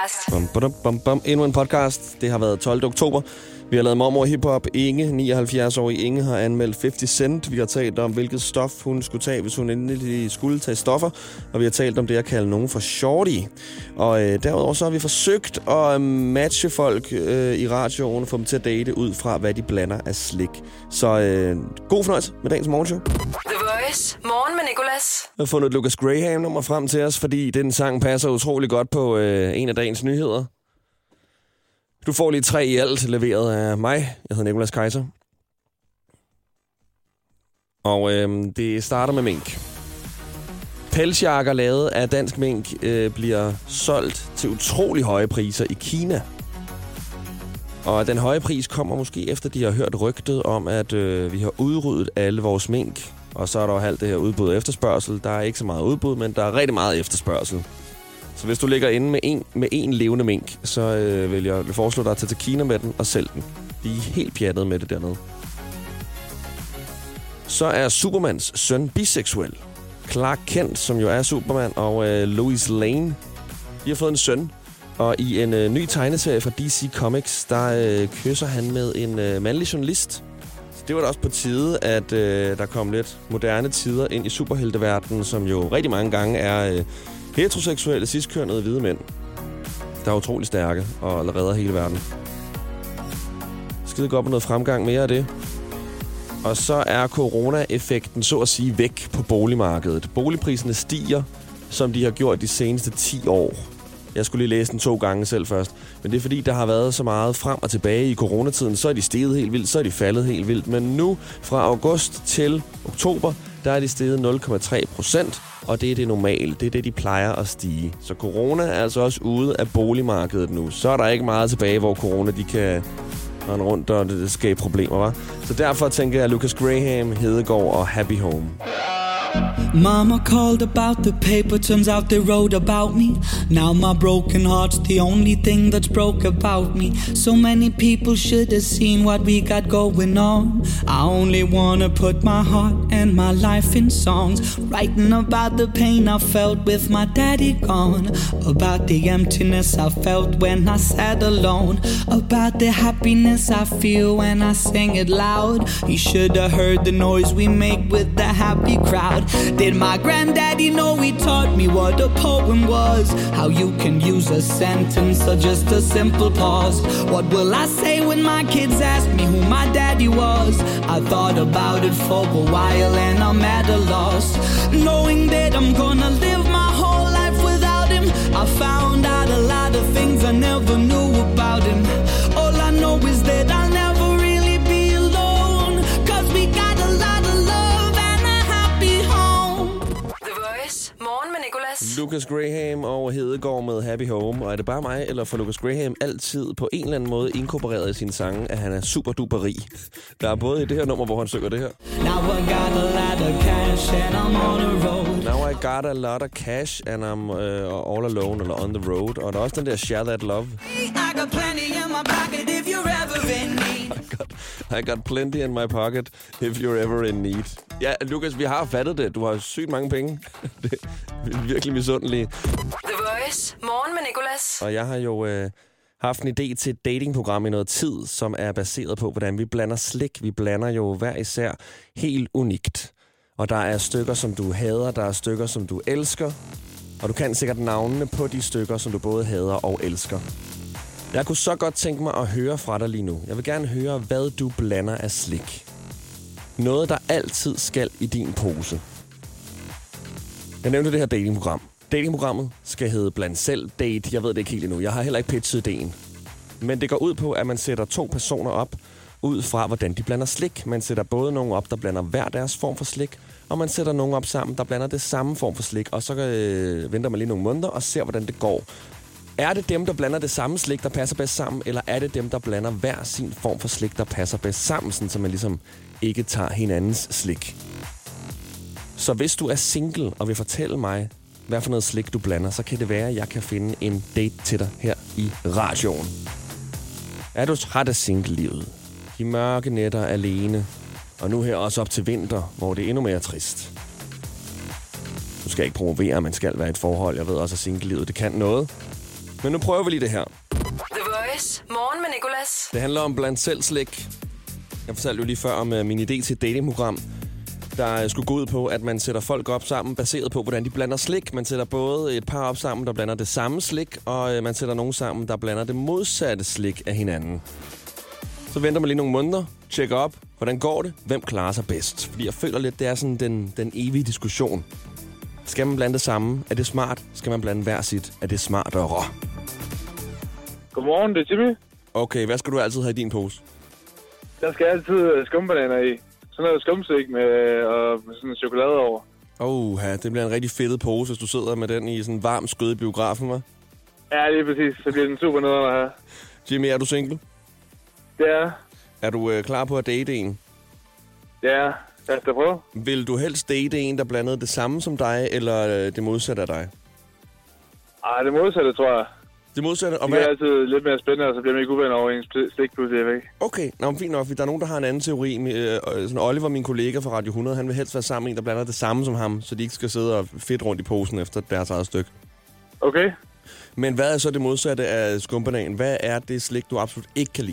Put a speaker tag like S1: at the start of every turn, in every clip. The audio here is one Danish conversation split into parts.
S1: podcast. Endnu en podcast. Det har været 12. oktober. Vi har lavet mormor hiphop. Inge, 79-årige Inge, har anmeldt 50 Cent. Vi har talt om, hvilket stof hun skulle tage, hvis hun endelig skulle tage stoffer. Og vi har talt om det at kalde nogen for shorty. Og derudover så har vi forsøgt at matche folk i radioen og få dem til at date ud fra, hvad de blander af slik. Så god fornøjelse med dagens morgenshow.
S2: The Voice. Morgen med Nicolas.
S1: Jeg har fundet et Lucas Graham-nummer frem til os, fordi den sang passer utrolig godt på en af dagens nyheder. Du får lige 3 i alt leveret af mig. Jeg hedder Nicolas Kaiser. Og det starter med mink. Pelsjakker lavet af dansk mink bliver solgt til utrolig høje priser i Kina. Og den høje pris kommer måske efter, de har hørt rygtet om, at vi har udryddet alle vores mink. Og så er der jo alt det her udbud og efterspørgsel. Der er ikke så meget udbud, men der er rigtig meget efterspørgsel. Så hvis du ligger inde med en levende mink, så vil jeg foreslå dig at tage til Kina med den og sælge den. De er helt pjattede med det dernede. Så er Supermans søn biseksuel. Clark Kent, som jo er Superman, og Lois Lane, de har fået en søn. Og i en ny tegneserie fra DC Comics, der kysser han med en mandlig journalist. Så det var da også på tide, at der kom lidt moderne tider ind i superhelteverdenen, som jo rigtig mange gange er heteroseksuelle, cis-kønnede hvide mænd, der er utrolig stærke og redder hele verden. Skide godt på noget fremgang, mere af det. Og så er corona-effekten så at sige væk på boligmarkedet. Boligpriserne stiger, som de har gjort de seneste 10 år. Jeg skulle lige læse den 2 gange selv først. Men det er fordi, der har været så meget frem og tilbage i coronatiden. Så er de steget helt vildt, så er de faldet helt vildt. Men nu, fra august til oktober, der er de steget 0,3%. Og det er det normale. Det er det, de plejer at stige. Så corona er altså også ude af boligmarkedet nu. Så er der ikke meget tilbage, hvor corona de kan rende rundt og det skabe problemer, hva'? Så derfor tænker jeg Lucas Graham, Hedegaard og Happy Home.
S3: Mama called about the paper, turns out they wrote about me. Now my broken heart's the only thing that's broke about me. So many people should have seen what we got going on. I only wanna put my heart and my life in songs, writing about the pain I felt with my daddy gone, about the emptiness I felt when I sat alone, about the happiness I feel when I sing it loud. You should have heard the noise we make with the happy crowd. Did my granddaddy know he taught me what a poem was? How you can use a sentence or just a simple pause. What will I say when my kids ask me who my daddy was? I thought about it for a while and I'm at a loss, knowing that I'm gonna live my whole life without him. I found out a lot of things I never knew about him. All I know is that I'll never really be alone, 'cause we got a lot of love and a happy home.
S2: The Voice. Morgen med Nicolas.
S1: Lucas Graham og Hedegaard med Happy Home. Og er det bare mig, eller får Lucas Graham altid på en eller anden måde inkorporeret i sine sange, at han er super duper rig? Der er både i det her nummer, hvor han synger det her.
S3: Now I got a lot of cash and I'm on the road.
S1: Now I got a lot of cash and I'm all alone, eller on the road. Og der er også den der Share That Love.
S3: I got plenty in my pocket if you're ever in need.
S1: I got plenty in my pocket if you're ever in need. Ja, Lucas, vi har fattet det. Du har sygt mange penge. Det er virkelig misundelige.
S2: The Voice. Morgen med Nicolas.
S1: Og jeg har jo haft en idé til et datingprogram i noget tid, som er baseret på, hvordan vi blander slik. Vi blander jo hver især helt unikt. Og der er stykker, som du hader, der er stykker, som du elsker. Og du kan sikkert navnene på de stykker, som du både hader og elsker. Jeg kunne så godt tænke mig at høre fra dig lige nu. Jeg vil gerne høre, hvad du blander af slik. Noget, der altid skal i din pose. Jeg nævnte det her datingprogram. Datingprogrammet skal hedde Bland Selv Date. Jeg ved det ikke helt endnu. Jeg har heller ikke pitchet idéen. Men det går ud på, at man sætter 2 personer op, ud fra hvordan de blander slik. Man sætter både nogen op, der blander hver deres form for slik, og man sætter nogen op sammen, der blander det samme form for slik. Og så venter man lige nogle måneder og ser, hvordan det går. Er det dem, der blander det samme slik, der passer bedst sammen, eller er det dem, der blander hver sin form for slik, der passer bedst sammen, sådan, så man ligesom ikke tager hinandens slik? Så hvis du er single og vil fortælle mig, hvad for noget slik du blander, så kan det være, at jeg kan finde en date til dig her i radioen. Er du træt af single-livet? De mørke nætter alene, og nu her også op til vinter, hvor det er endnu mere trist. Du skal ikke promovere, at man skal være i et forhold. Jeg ved også, at single-livet det kan noget. Men nu prøver vi lige det her.
S2: The Voice. Morgen med Nicolas.
S1: Det handler om blandt selv slik. Jeg fortalte jo lige før om min idé til et datingprogram, der skulle gå ud på, at man sætter folk op sammen, baseret på, hvordan de blander slik. Man sætter både et par op sammen, der blander det samme slik, og man sætter nogen sammen, der blander det modsatte slik af hinanden. Så venter man lige nogle måneder, tjekker op, hvordan går det, hvem klarer sig bedst. Fordi jeg føler lidt, det er sådan den evige diskussion. Skal man blande det samme? Er det smart? Skal man blande hver sit? Er det smartere?
S4: Godmorgen, det er Jimmy.
S1: Okay, hvad skal du altid have i din pose?
S4: Der skal altid skumbananer i. Sådan noget skumstik med sådan chokolade over.
S1: Det bliver en rigtig fedtet pose, hvis du sidder med den i sådan en varm skød i biografen, hva'?
S4: Ja, lige præcis. Så bliver den super noget at have.
S1: Jimmy, er du single?
S4: Det er.
S1: Er du klar på at date en?
S4: Ja, lad os da prøve.
S1: Vil du helst date en, der blandede det samme som dig, eller det modsatte af dig?
S4: Det modsatte, tror jeg.
S1: Det modsatte? Og
S4: det er altid lidt mere spændende, og så bliver man ikke uvenner over ens slik pludselig væk.
S1: Okay, fint nok. Der er nogen, der har en anden teori. Sådan Oliver, min kollega fra Radio 100, han vil helst være sammen med en, der blander det samme som ham, så de ikke skal sidde og fedt rundt i posen efter deres eget stykke.
S4: Okay.
S1: Men hvad er så det modsatte af skumbananen? Hvad er det slik, du absolut ikke kan lide?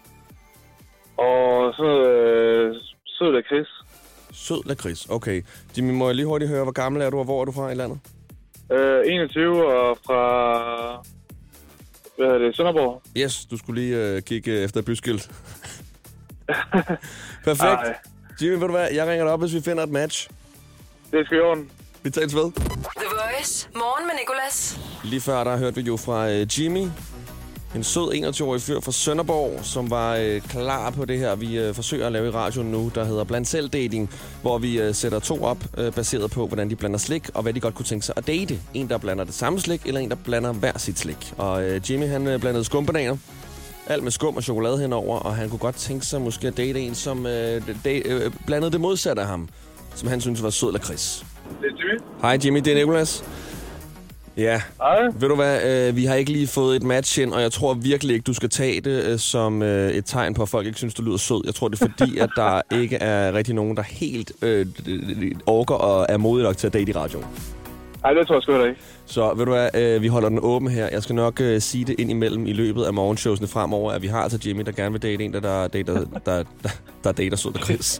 S4: Og sådan noget sød lakrids.
S1: Sød lakrids, okay. Jimmy, må jeg lige hurtigt høre, hvor gammel er du, og hvor er du fra i landet?
S4: 21 og fra... Sønderborg.
S1: Yes, du skulle lige kigge efter et byskilt. Perfekt. Jimmy, ved du hvad? Jeg ringer dig op, hvis vi finder et match.
S4: Det skal i orden.
S1: Vi tales ved.
S2: The Voice. Morgen med Nicolas.
S1: Lige før, der hørte vi jo fra Jimmy. En sød 21-årig fyr fra Sønderborg, som var klar på det her, vi forsøger at lave i radioen nu, der hedder Blandt selv dating, hvor vi sætter to op, baseret på, hvordan de blander slik, og hvad de godt kunne tænke sig at date. En, der blander det samme slik, eller en, der blander hver sit slik. Og Jimmy, han blandede skumbananer. Alt med skum og chokolade henover, og han kunne godt tænke sig måske at date en, som blandede det modsatte af ham, som han synes var sød lakrids.
S4: Det er Jimmy.
S1: Hej Jimmy, det er Nicolas. Ja, ved du hvad, vi har ikke lige fået et match ind, og jeg tror virkelig ikke, du skal tage det som et tegn på, at folk ikke synes, du lyder sød. Jeg tror, det er fordi, at der ikke er rigtig nogen, der helt orker og er modige nok til at date i radioen.
S4: Nej, det tror jeg sgu ikke.
S1: Så ved du hvad, vi holder den åben her. Jeg skal nok sige det ind imellem i løbet af morgenshowsene fremover, at vi har altså Jimmy, der gerne vil date en, der dater sød lakrids.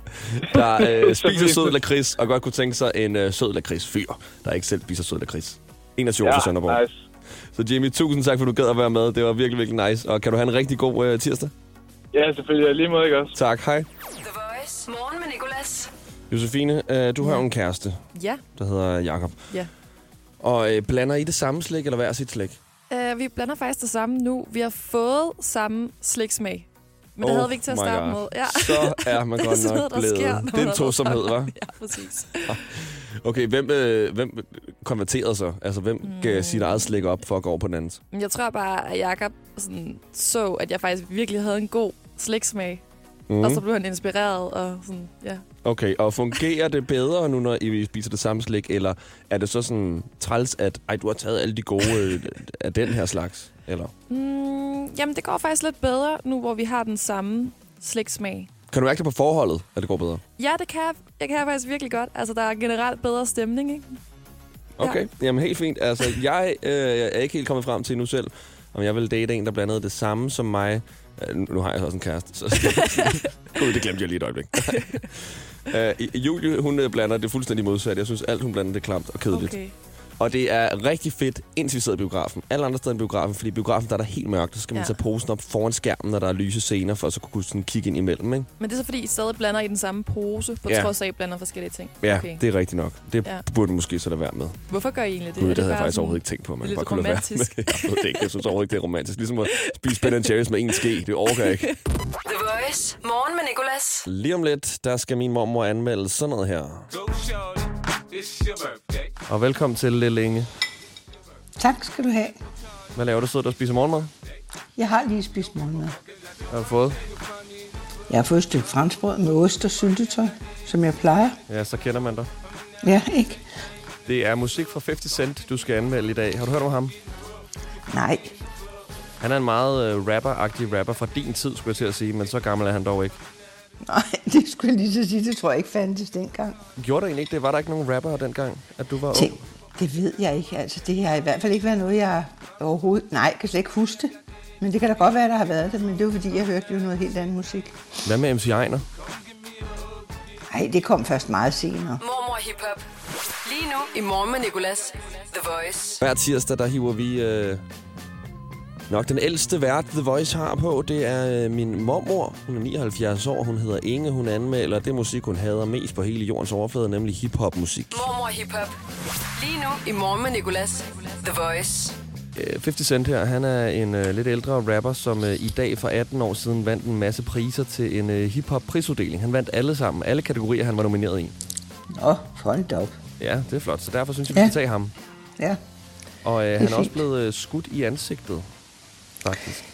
S1: Der spiser sød lakrids, og godt kunne tænke sig en sød lakrids-fyr, der ikke selv spiser sød lakrids. 21 år fra Sønderborg. Nice. Så Jimmy, tusind tak, for du gad at være med. Det var virkelig, virkelig nice. Og kan du have en rigtig god tirsdag?
S4: Ja, selvfølgelig. Lige måde, ikke også?
S1: Tak, hej.
S2: The Voice. Morgen med Nicolas.
S1: Josefine, du har jo en kæreste.
S5: Ja.
S1: Der hedder Jakob.
S5: Ja.
S1: Og blander I det samme slik, eller hver sit slik?
S5: Vi blander faktisk det samme nu. Vi har fået samme sliksmag. Men det havde vi ikke til at starte med. Ja.
S1: Så er man godt nok blevet. Det er en tosomhed, hva'?
S5: Ja, præcis.
S1: Okay, hvem konverterede så? Altså, hvem gav sit eget slik op for at gå over på den anden?
S5: Jeg tror bare, at Jakob så, at jeg faktisk virkelig havde en god sliksmag. Og så blev han inspireret og sådan, ja. Okay,
S1: og fungerer det bedre nu, når I spiser det samme slik, eller er det så sådan træls, at du har taget alle de gode af den her slags, eller?
S5: Jamen, det går faktisk lidt bedre, nu hvor vi har den samme sliksmag.
S1: Kan du mærke det på forholdet, at det går bedre?
S5: Ja, det kan jeg. Jeg kan faktisk virkelig godt. Altså, der er generelt bedre stemning, ikke?
S1: Okay, ja. Jamen helt fint. Altså, jeg er ikke helt kommet frem til nu selv, om jeg vil date en, der blandede det samme som mig. Nu har jeg så også en kæreste, så gud, det glemte jeg lige et øjeblik. Julie, hun blander det fuldstændig modsat. Jeg synes, alt hun blander det klamt og kedeligt. Okay. Og det er rigtig fedt, indtil vi sidder i biografen. Alle andre steder i biografen, fordi i biografen der er der helt mørkt. Så skal man tage posen op foran skærmen, når der er lyse scener, for at så kunne sådan kigge ind imellem, ikke? Men
S5: det er så fordi, I stadig blander i den samme pose, på trods af, at I blander forskellige ting?
S1: Ja, det er rigtigt nok. Det burde måske så da være med.
S5: Hvorfor gør I egentlig det?
S1: Gud, det havde jeg faktisk overhovedet ikke tænkt på. Man
S5: bare kunne romantisk.
S1: Jeg synes overhovedet ikke, det er romantisk. Ligesom at spise Ben & Jerry's med en ske. Det orker jeg ikke.
S2: The Voice. Morgen med Nicolas.
S1: Lige om lidt, der skal min mormor anmelde sådan noget her. Og velkommen til, Lille Inge.
S6: Tak skal du have.
S1: Hvad laver du? Sidder du og spiser morgenmad?
S6: Jeg har lige spist morgenmad.
S1: Hvad har du fået?
S6: Jeg har fået et stykke franskbrød med ost og syltetøj, som jeg plejer.
S1: Ja, så kender man dig.
S6: Ja, ikke?
S1: Det er musik fra 50 Cent, du skal anmelde i dag. Har du hørt om ham?
S6: Nej.
S1: Han er en meget rapper-agtig rapper fra din tid, skulle jeg til at sige, men så gammel er han dog ikke.
S6: Nej, det skulle jeg lige så sige. Det tror jeg ikke fandtes dengang.
S1: Gjorde der egentlig ikke det? Var der ikke nogen rapper dengang, at du var ung?
S6: Det ved jeg ikke. Altså, det har i hvert fald ikke været noget, jeg har Overhovedet. Nej, jeg kan slet ikke huske det. Men det kan da godt være, der har været det, men det var fordi, jeg hørte jo noget helt andet musik.
S1: Hvad med MC Einar?
S6: Nej, det kom først meget senere.
S2: Mormor Hip Hop. Lige nu i Morgen med Nicolas. The Voice.
S1: Hver tirsdag, der hiver vi nok den ældste vært, The Voice har på. Det er min mormor. Hun er 79 år. Hun hedder Inge. Hun anmelder det musik, hun hader mest på hele jordens overflade, nemlig hip-hop-musik.
S2: Mormor Hip Hop. Lige nu i Morgen med Nicolas. The Voice.
S1: 50 Cent her, han er en lidt ældre rapper, som i dag for 18 år siden vandt en masse priser til en hip-hop-prisuddeling. Han vandt alle sammen, alle kategorier, han var nomineret i.
S6: Nå, hold da op.
S1: Ja, det er flot, så derfor synes jeg, vi skal tage ham.
S6: Ja.
S1: Og han er også blevet skudt i ansigtet, faktisk.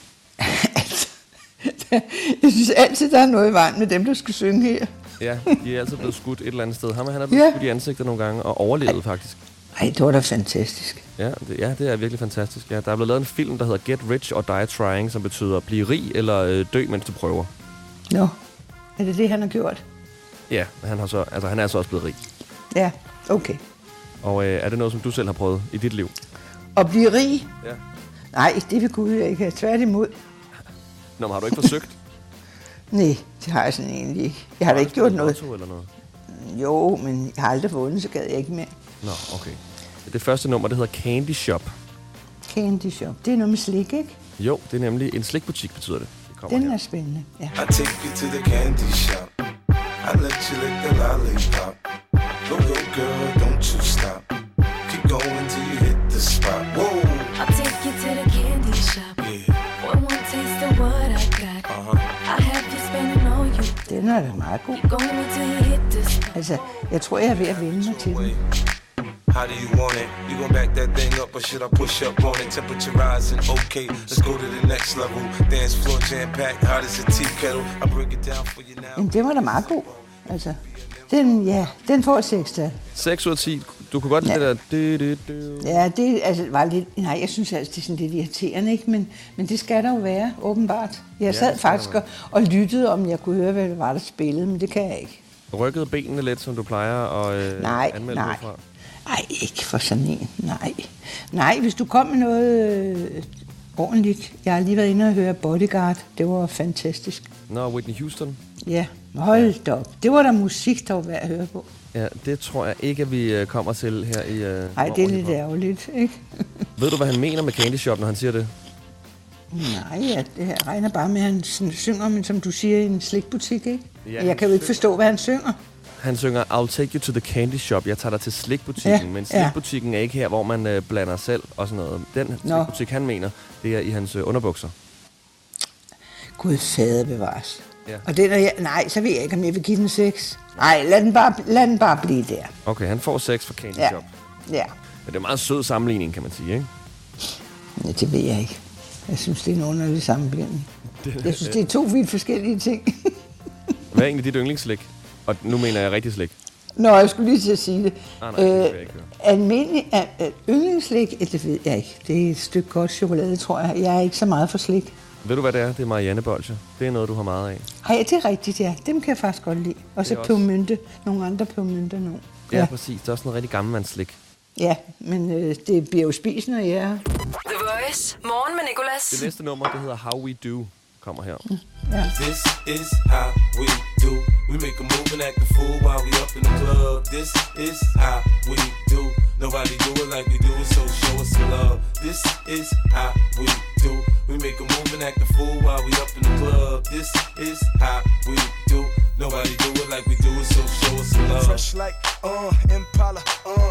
S6: Jeg synes altid, der er noget i vejen med dem, der skal synge her.
S1: Ja, de er altid blevet skudt et eller andet sted. Han er blevet skudt i ansigtet nogle gange og overlevet faktisk.
S6: Ej, det var da fantastisk.
S1: Ja, det er virkelig fantastisk. Ja, der er blevet lavet en film, der hedder Get Rich or Die Trying, som betyder blive rig eller dø, mens du prøver.
S6: Nå, er det det, han har gjort?
S1: Ja, han er så også blevet rig.
S6: Ja, okay.
S1: Og er det noget, som du selv har prøvet i dit liv?
S6: At blive rig?
S1: Ja.
S6: Nej, det vil Gud ikke have. Tværtimod.
S1: Nå, men har du ikke forsøgt?
S6: Nej, det har jeg sådan egentlig ikke. Jeg har da ikke gjort noget.
S1: Eller noget.
S6: Jo, men jeg har aldrig vundet, så gad jeg ikke mere.
S1: Nå, okay. Det første nummer, det hedder Candy Shop.
S6: Candy Shop. Det er noget med slik, ikke?
S1: Jo, det er nemlig en slikbutik, betyder det.
S6: Den
S1: her.
S6: Er spændende, ja.
S7: I take you to the candy shop. I let you lick the lollipop. Go, go, girl, don't you stop. Keep going till you hit the spot. Whoa.
S8: I'll take you to the candy shop.
S7: Yeah.
S8: One taste of what I got. I'll have you spending all you.
S6: Den er da meget god.
S8: Keep going till you hit the spot.
S6: Altså, jeg tror, jeg er ved at vende mig til den.
S7: How do you want it? You gon' back that thing up or should I push up on it? Temperature rising, okay, let's go to the next level. Dance floor jam-packed, hot as a tea kettle. I break it down for you now.
S6: Men det var da meget god. Altså, den får 6-tal.
S1: 6 ud af 10. Du kunne godt lide det der...
S6: Ja, det var lidt... Nej, jeg synes altså, det er sådan lidt irriterende, ikke? Men det skal der jo være, åbenbart. Jeg sad faktisk og lyttede, om jeg kunne høre, hvad det var, der spillede, men det kan jeg ikke.
S1: Rykkede benene lidt, som du plejer at anmelde ud fra?
S6: Nej, ikke for sådan en. Nej, hvis du kom med noget ordentligt. Jeg har lige været inde og høre Bodyguard. Det var fantastisk.
S1: Nå, Whitney Houston?
S6: Ja, hold da op. Det var der musik, der var værd at høre på.
S1: Ja, det tror jeg ikke, at vi kommer til her i...
S6: Nej, det er lidt ærgerligt, ikke? Ved
S1: du, hvad han mener med Candy Shop, når han siger det?
S6: Nej, jeg regner bare med, at han synger, men som du siger, i en slikbutik, ikke?
S1: Ja,
S6: jeg kan jo ikke forstå, hvad han synger.
S1: Han synger, I'll take you to the candy shop. Jeg tager dig til slikbutikken. Men slikbutikken er ikke her, hvor man blander selv og sådan noget. Den slikbutik, han mener, det er i hans underbukser.
S6: Gud fader bevares. Ja. Og den er nej, så ved jeg ikke, om jeg vil give den 6. Nej, lad den bare blive der.
S1: Okay, han får 6 for Candy Shop.
S6: Ja.
S1: Men det er en meget sød sammenligning, kan man sige, ikke?
S6: Ja, det ved jeg ikke. Jeg synes, det er en underlig sammenligning. Jeg synes, det er 2 vidt forskellige ting.
S1: Hvad er egentlig dit yndlingsslik? Og nu mener jeg rigtig slik.
S6: Nå, jeg skulle lige til at sige det.
S1: Nej, det vil jeg ikke høre.
S6: Almindelig yndlingsslik, det ved jeg ikke. Det er et stykke godt chokolade, tror jeg. Jeg er ikke så meget for slik.
S1: Ved du, hvad det er? Det er Marianne-bolcher. Det er noget, du har meget af.
S6: Ja, det er rigtigt, ja. Dem kan jeg faktisk godt lide. Og så pebmynte. Nogle andre pebmynter nu.
S1: Ja, præcis. Det er også noget rigtig gammelmandsslik.
S6: Ja, men det bliver jo spist, når jeg er.
S2: The Voice. Morgen med Nicolas.
S1: Det næste nummer, det hedder How We Do. Kommer her.
S6: Ja.
S7: This is how we do. We make a move and act a fool while we up in the club. This is how we do. Nobody do it like we do it, so show us some love. This is how we do. We make a move and act a fool while we up in the club. This is how we do. Nobody do it like we do it, so show us some love. Fresh like Impala.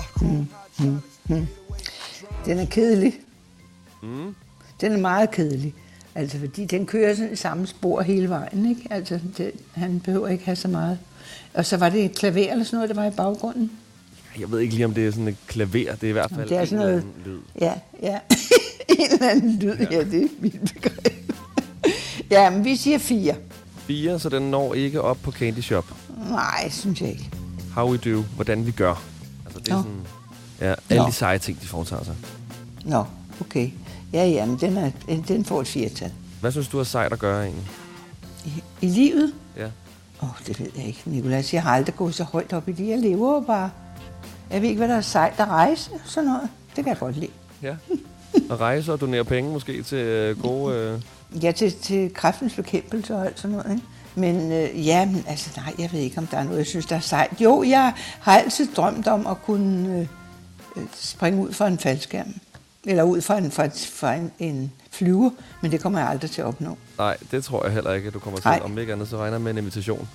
S6: Den er kedelig. Den er meget kedelig. Altså, fordi den kører sådan i samme spor hele vejen, ikke? Altså, han behøver ikke have så meget. Og så var det et klaver eller sådan noget, der var i baggrunden.
S1: Jeg ved ikke lige, om det er sådan et klaver. Det er i hvert fald
S6: det er
S1: en
S6: sådan noget,
S1: eller anden lyd.
S6: Ja. En eller anden lyd, ja, det er mit begreb. Ja, men vi siger 4.
S1: 4, så den når ikke op på Candy Shop.
S6: Nej, synes jeg ikke.
S1: How we do, hvordan vi gør. Altså, det er sådan... Ja, alle de seje ting, de foretager sig.
S6: Nå, okay. Ja, men den får et 4-tal.
S1: Hvad synes du er sejt at gøre egentlig?
S6: I livet?
S1: Ja.
S6: Det ved jeg ikke, Nicolas. Jeg har aldrig gået så højt op i det. Jeg lever jo bare. Jeg ved ikke, hvad der er sejt at rejse. Sådan noget. Det kan jeg godt lide.
S1: Ja. At rejse og donere penge måske til gode...
S6: Ja, til kræftens bekæmpelse og alt sådan noget, ikke? Men men altså nej, jeg ved ikke, om der er noget, jeg synes, der er sejt. Jo, jeg har altid drømt om at kunne springe ud fra en faldskærm. Eller ud fra en flyver, men det kommer jeg aldrig til at opnå.
S1: Nej, det tror jeg heller ikke, at du kommer til. Om ikke andet, så regner jeg med en invitation.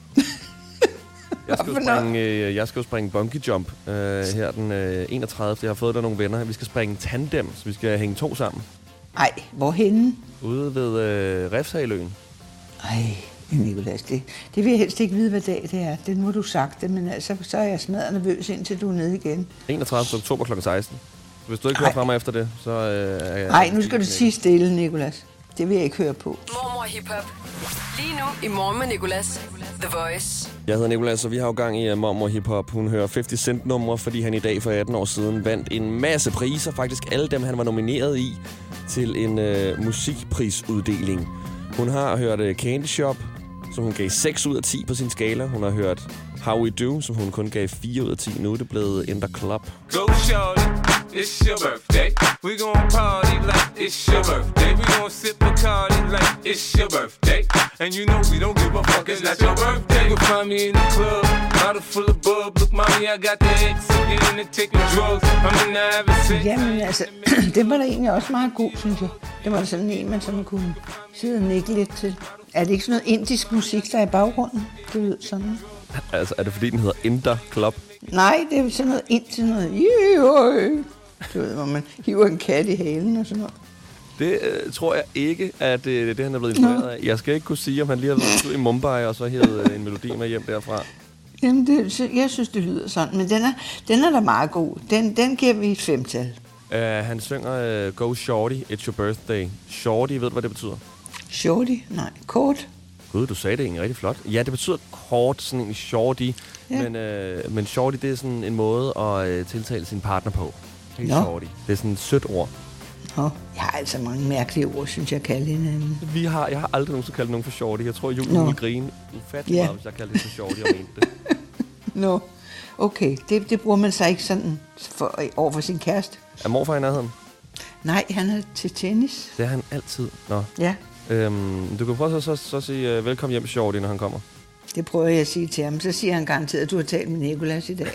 S1: Jeg skal jo springe bungee jump her den 31. Jeg har fået der nogle venner. Vi skal springe tandem, så vi skal hænge 2 sammen.
S6: Ej, hvorhenne?
S1: Ude ved Refshaløen.
S6: Ej, Nicolas, det vil jeg helst ikke vide, hvad dag det er. Det må du sagt det, men altså, så er jeg smadret nervøs, indtil du er nede igen.
S1: 31. oktober kl. 16. Hvis du ikke hører fra mig efter det, så
S6: Nej, nu skal du sige stille, Nicolas. Det vil jeg ikke høre på.
S2: Mormor Hip Hop. Lige nu i Morgen med Nicolas. The Voice.
S1: Jeg hedder Nicolas, og vi har jo gang i Mormor Hip Hop. Hun hører 50 Cent numre, fordi han i dag for 18 år siden vandt en masse priser. Faktisk alle dem, han var nomineret i til en musikprisuddeling. Hun har hørt Candy Shop, som hun gav 6 ud af 10 på sin skala. Hun har hørt How We Do, som hun kun gav 4 ud af 10. Nu er det blevet In The Club.
S7: Go shorty, it's your birthday. We gon' party like it's your birthday. We gon' sip Bacardi like it's your birthday. And you know we don't give a fuck, it's not your birthday. You'll find me in the club, bottle full of bub. Look, mommy, I got the X, I'm getting to taking drugs. I'm in the having sex.
S6: Jamen altså, det var da egentlig også meget god, synes jeg. Det var sådan en, man sådan kunne sidde og nikke lidt til. Er det ikke sådan noget indisk musik, der er i baggrunden? Det lyder sådan.
S1: Altså, er det fordi, den hedder In The Club?
S6: Nej, det er sådan noget ind til noget. Du ved, hvor man hiver en kat i halen og sådan noget.
S1: Det tror jeg ikke, at det han er blevet inspireret af. Jeg skal ikke kunne sige, om han lige har været ud i Mumbai og så hævet en melodi med hjem derfra.
S6: Jamen, jeg synes, det lyder sådan. Men den er da meget god. Den giver vi et 5-tal.
S1: Han synger Go Shorty, It's Your Birthday. Shorty, ved du, hvad det betyder?
S6: Shorty? Nej, kort.
S1: Gud, du sagde det egentlig rigtig flot. Ja, det betyder kort, sådan en shorty. Ja. Men shorty, det er sådan en måde at tiltale sin partner på. Hey, shorty. Det er sådan et sødt ord.
S6: Jeg har altså mange mærkelige ord, synes jeg, kalde hinanden.
S1: Jeg har aldrig nogensinde kaldt nogen for shorty. Jeg tror, Julie ville grine ufattelig meget, hvis jeg kaldte det for shorty og mente det.
S6: Okay. Det bruger man sig ikke sådan over for sin kæreste.
S1: Er morfar i nærheden?
S6: Nej, han er til tennis.
S1: Det er han altid. Nå.
S6: Ja.
S1: Du kan prøve så sige velkommen hjem, shorty, når han kommer.
S6: Det prøver jeg at sige til ham. Så siger han garanteret, at du har talt med Nicolas i dag.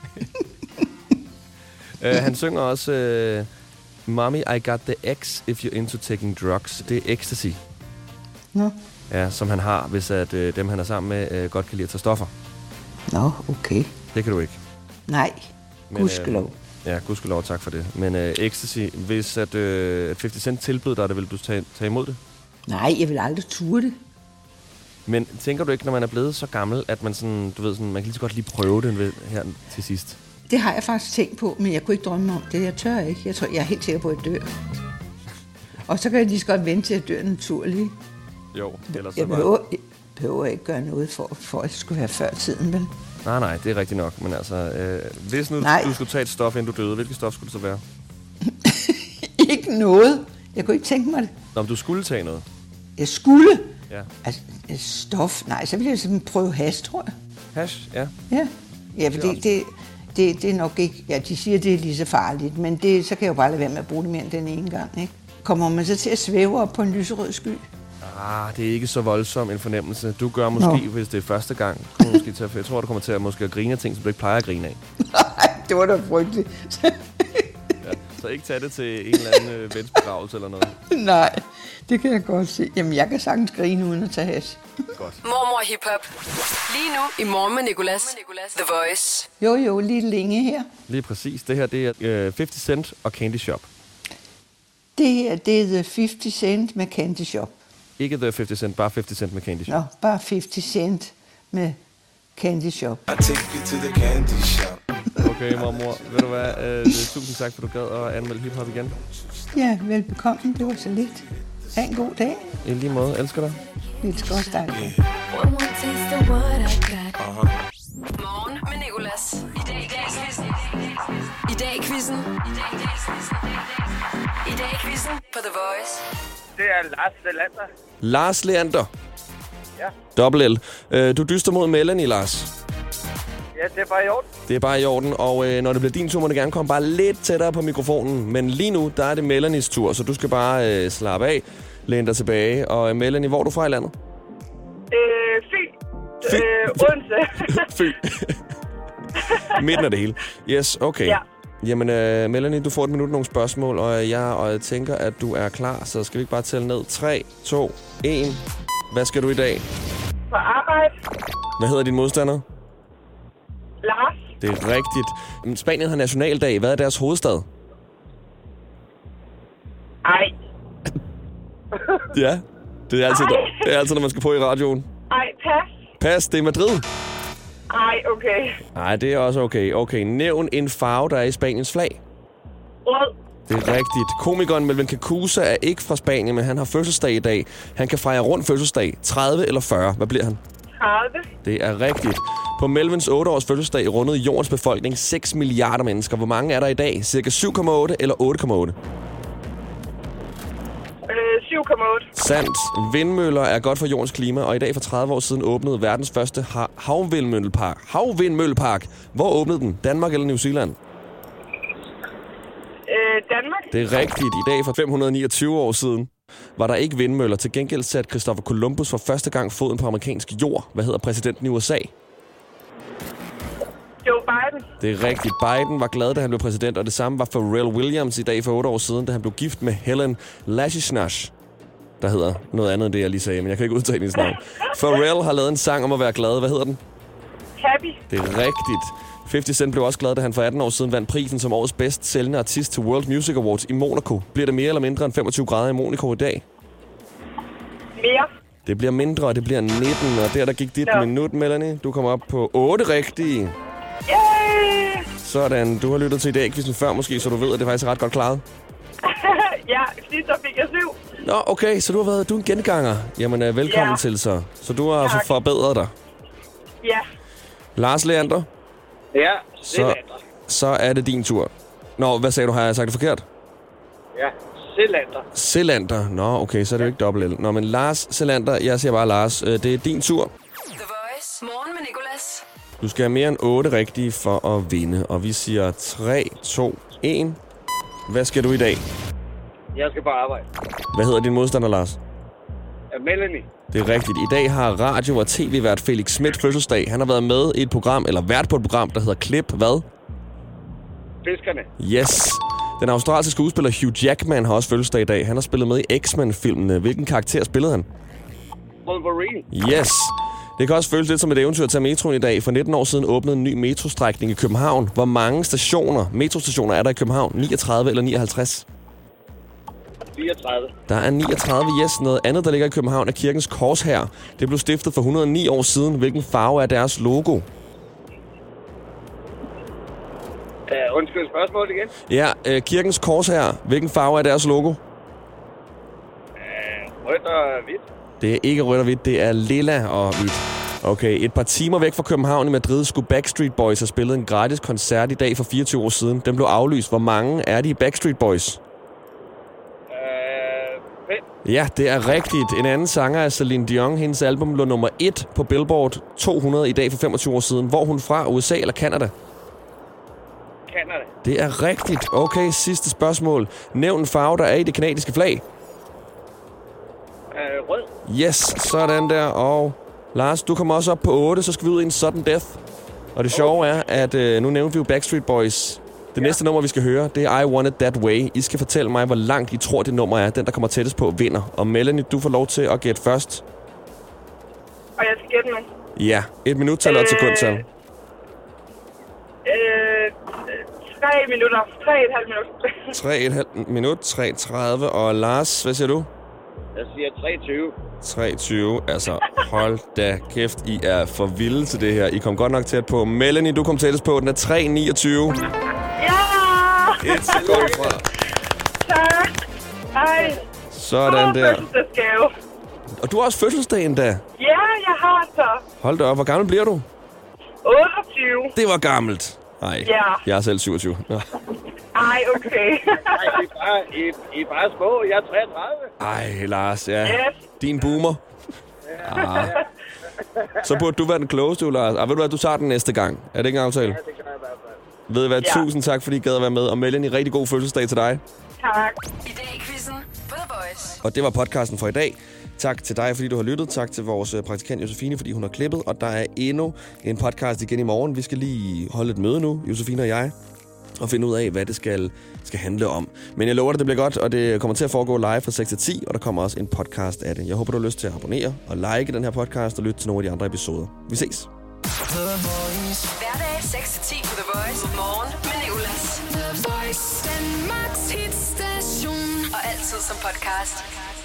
S1: Han synger også Mommy, I got the X if you're into taking drugs. Det er ecstasy.
S6: Nå.
S1: Ja, som han har, hvis at dem, han er sammen med, godt kan lide at tage stoffer.
S6: Nå, okay.
S1: Det kan du ikke.
S6: Nej, gudskelov.
S1: Ja, gudskelov, tak for det. Men ecstasy, hvis at 50 Cent tilbød dig det, vil du tage imod det?
S6: Nej, jeg vil aldrig ture det.
S1: Men tænker du ikke, når man er blevet så gammel, at man sådan, du ved sådan, man kan lige så godt lige prøve det her til sidst?
S6: Det har jeg faktisk tænkt på, men jeg kunne ikke drømme om det. Jeg tør ikke. Jeg er helt sikker på, at jeg dør. Og så kan jeg lige så godt vente til, at jeg dør naturligt.
S1: Jo, ellers
S6: jeg behøver ikke gøre noget for at det skulle være før tiden, vel?
S1: Nej, det er rigtigt nok. Men altså, hvis nu du skulle tage et stof, inden du døde, hvilket stof skulle det så være?
S6: Ikke noget. Jeg kunne ikke tænke mig det.
S1: Nå, men du skulle tage noget?
S6: Jeg skulle?
S1: Ja.
S6: Altså, stof? Nej, så ville jeg simpelthen prøve hash, tror jeg.
S1: Hash, ja.
S6: Ja, for det er nok ikke... Ja, de siger, det er lige så farligt, men så kan jeg jo bare lade være med at bruge det mere end den ene gang, ikke? Kommer man så til at svæve op på en lyserød sky?
S1: Det er ikke så voldsom en fornemmelse. Du gør måske, hvis det er første gang, jeg tror, du kommer til at grine af ting, som du ikke plejer at grine af.
S6: Nej, det var da frygteligt.
S1: Så ikke tage det til en eller anden vens begravelse eller noget?
S6: Nej, det kan jeg godt se. Jamen, jeg kan sagtens grine uden at tage hash.
S1: Godt.
S2: Mormor Hip Hop. Lige nu i Morgen med Nicolas. The Voice.
S6: Jo, lige længe her.
S1: Lige præcis. Det her, det er 50 Cent og Candy Shop.
S6: Det er The 50 Cent med Candy Shop.
S1: Ikke The 50 Cent, bare 50 Cent med Candy Shop.
S6: Nå, bare 50 Cent med Candy Shop.
S7: I take you to the candy shop.
S1: Okay, mormor. Ved du hvad? Tusind tak, for du gad at anmelde hiphop igen.
S6: Ja, velbekomme. Det var så lidt. Ha' en god dag.
S1: I lige måde. Elsker dig.
S6: Vi skal også dig.
S8: One more taste of what I got.
S2: Morgen med Nicolas. I dag quizzen på The Voice.
S4: Det er Lars Leander.
S1: Lars Leander.
S4: Ja.
S1: Dobbelt L. Du dyster mod Melanie, Lars.
S9: Ja, det er bare i orden.
S1: Det er bare i orden, og når det bliver din tur, må du gerne komme bare lidt tættere på mikrofonen. Men lige nu, der er det Melanies tur, så du skal bare slappe af, læne dig tilbage. Og Melanie, hvor er du fra i landet?
S9: Fyn. Odense.
S1: Fyn. Midten af det hele. Yes, okay. Ja. Jamen, Melanie, du får et minut nogle spørgsmål, og jeg tænker, at du er klar. Så skal vi ikke bare tælle ned? 3, 2, 1. Hvad skal du i dag?
S9: På arbejde.
S1: Hvad hedder din modstander?
S9: Lars.
S1: Det er rigtigt. Spanien har nationaldag. Hvad er deres hovedstad?
S9: Ej.
S1: Ja, det er altid, når man skal på i radioen.
S9: Ej, pas.
S1: Pas, det er Madrid.
S9: Ej, okay.
S1: Nej, det er også okay. Okay, nævn en farve, der er i Spaniens flag.
S9: Rød.
S1: Det er rigtigt. Komikeren Melvin Cacusa er ikke fra Spanien, men han har fødselsdag i dag. Han kan fejre rundt fødselsdag. 30 eller 40. Hvad bliver han?
S9: 30.
S1: Det er rigtigt. På Melvins 8-års fødselsdag rundede jordens befolkning 6 milliarder mennesker. Hvor mange er der i dag? Cirka 7,8 eller 8,8?
S9: 7,8.
S1: Sandt. Vindmøller er godt for jordens klima, og i dag for 30 år siden åbnede verdens første havvindmøllepark. Hvor åbnede den? Danmark eller New Zealand?
S9: Danmark.
S1: Det er rigtigt. I dag for 529 år siden var der ikke vindmøller. Til gengæld satte Christopher Columbus for første gang foden på amerikansk jord. Hvad hedder præsidenten i USA?
S9: Joe Biden.
S1: Det er rigtigt. Biden var glad, da han blev præsident, og det samme var Pharrell Williams i dag for 8 år siden, da han blev gift med Helen Lashishnash. Der hedder noget andet end det, jeg lige sagde, men jeg kan ikke udtale hendes navn. Pharrell har lavet en sang om at være glad. Hvad hedder den?
S9: Happy.
S1: Det er rigtigt. 50 Cent blev også glad, da han for 18 år siden vandt prisen som årets bedst sælgende artist til World Music Awards i Monaco. Bliver det mere eller mindre end 25 grader i Monaco i dag?
S9: Mere.
S1: Det bliver mindre, og det bliver 19, og der gik dit minut, Melanie. Du kommer op på 8 rigtige.
S9: Yay!
S1: Sådan, du har lyttet til i dag, quizzen før måske, så du ved, at det faktisk er ret godt klaret.
S9: Ja, sidst fik jeg 7.
S1: Nå, okay, så du er en genganger. Jamen, velkommen til så. Så du har forbedret dig.
S9: Ja.
S1: Lars Leander?
S9: Ja,
S1: så er det din tur. Nå, hvad sagde du? Har jeg sagt det forkert?
S9: Ja, Selander.
S1: Selander. Nå, okay, så er det jo ikke dobbelt L. Nå, men Lars Selander, jeg siger bare Lars. Det er din tur.
S2: The Voice. Morgen med Nicolas.
S1: Du skal have mere end 8 rigtige for at vinde. Og vi siger 3, 2, 1. Hvad skal du i dag?
S9: Jeg skal bare arbejde.
S1: Hvad hedder din modstander, Lars?
S9: Melanie.
S1: Det er rigtigt. I dag har radio- og tv-vært Felix Smith fødselsdag. Han har været med i et program, eller vært på et program, der hedder Klip. Hvad?
S9: Fiskerne.
S1: Yes. Den australske skuespiller Hugh Jackman har også fødselsdag i dag. Han har spillet med i X-Men-filmene. Hvilken karakter spillede han?
S9: Wolverine.
S1: Yes. Det kan også føles lidt som et eventyr at tage metroen i dag. For 19 år siden åbnede en ny metrostrækning i København. Hvor mange metrostationer er der i København? 39 eller 59?
S9: 34.
S1: Der er 39, yes. Noget andet, der ligger i København, er Kirkens Korshær. Det blev stiftet for 109 år siden. Hvilken farve er deres logo?
S9: Undskyld, spørgsmål igen.
S1: Ja, Kirkens Korshær. Hvilken farve er deres logo?
S9: Rødt og hvidt.
S1: Det er ikke rødt og hvidt, det er lilla og hvidt. Okay, et par timer væk fra København i Madrid skulle Backstreet Boys have spillet en gratis koncert i dag for 24 år siden. Den blev aflyst. Hvor mange er de i Backstreet Boys?
S9: 5.
S1: Ja, det er rigtigt. En anden sanger er Celine Dion. Hendes album lå nummer 1 på Billboard 200 i dag for 25 år siden. Hvor er hun fra? USA eller Canada?
S9: Canada.
S1: Det er rigtigt. Okay, sidste spørgsmål. Nævn en farve, der er i det kanadiske flag.
S9: Rød.
S1: Yes, sådan der. Og Lars, du kommer også op på 8, så skal vi ud i en sudden death. Og det sjove er, at nu nævnte vi jo Backstreet Boys. Det næste nummer, vi skal høre, det er I Want It That Way. I skal fortælle mig, hvor langt I tror, det nummer er. Den, der kommer tættest på, vinder. Og Melanie, du får lov til at gætte først.
S9: Og jeg skal gætte nu?
S1: Ja, 1 minut tal og et sekundtal.
S9: 3 minutter. 3,5 minutter.
S1: 3,5 minut, 3,30. Og Lars, hvad siger du?
S9: Jeg siger 23.
S1: 23, altså hold da kæft, I er for vilde til det her. I kom godt nok tæt på. Melanie, du kom tættest på, den er 3,29.
S9: Ja!
S1: Et tillykke fra.
S9: Tak. Hej.
S1: Sådan der.
S9: Fødselsdagsgave.
S1: Og du har også fødselsdag endda.
S9: Ja, jeg har så.
S1: Hold da op, hvor gammel bliver du?
S9: 28.
S1: Det var gammelt. Nej,
S9: ja.
S1: Jeg er selv 27. Ja.
S9: Ej, okay.
S10: I er bare små. Jeg er 33.
S1: Ej, Lars, ja. Yes. Din boomer.
S10: Ja.
S1: Så burde du være den klogeste, Lars. Ved du hvad, du tager den næste gang. Er det ikke en aftale?
S10: Ja, det gør jeg i hvert fald.
S1: Ved du hvad, tusind tak, fordi I gad at være med. Og Melanie, rigtig god fødselsdag til dig.
S9: Tak.
S2: I dag i quizzen på The Voice.
S1: Og det var podcasten for i dag. Tak til dig, fordi du har lyttet. Tak til vores praktikant Josefine, fordi hun har klippet. Og der er endnu en podcast igen i morgen. Vi skal lige holde et møde nu, Josefine og jeg, og finde ud af, hvad det skal handle om. Men jeg lover dig, det bliver godt, og det kommer til at foregå live fra 6 til 10, og der kommer også en podcast af det. Jeg håber, du har lyst til at abonnere og like den her podcast og lytte til nogle af de andre episoder. Vi ses.
S2: Hverdag 6 til 10 på The Voice. Morgen med Nicolas.
S8: The Voice, Danmarks hitstation.
S2: Og altid som podcast.